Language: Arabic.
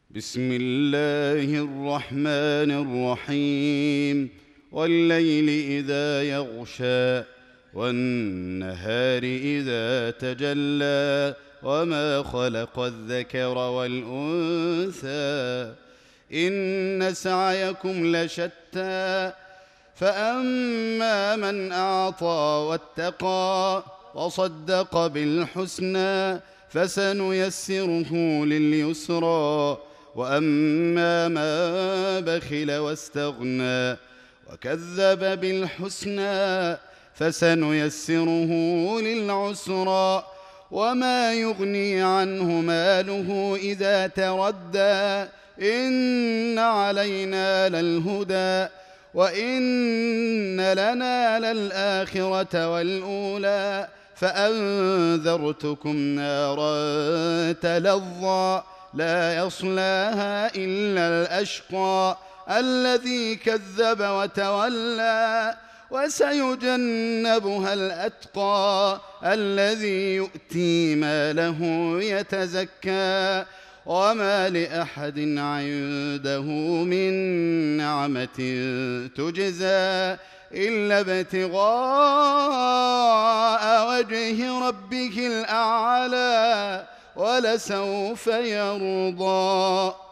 بسم الله الرحمن الرحيم. والليل إذا يغشى والنهار إذا تجلى وما خلق الذكر والأنثى إن سعيكم لشتى فأما من أعطى واتقى وصدق بالحسنى فسنيسره لليسرى وأما من بخل واستغنى وكذب بالحسنى فسنيسره للعسرى وما يغني عنه ماله إذا تردى إن علينا للهدى وإن لنا للآخرة والأولى فأنذرتكم نارا تلظى لا يصلاها إلا الأشقى الذي كذب وتولى وسيجنبها الأتقى الذي يؤتي ماله يتزكى وما لأحد عنده من نعمة تجزى إلا ابتغاء وجه ربه الأعلى ولسوف يرضى.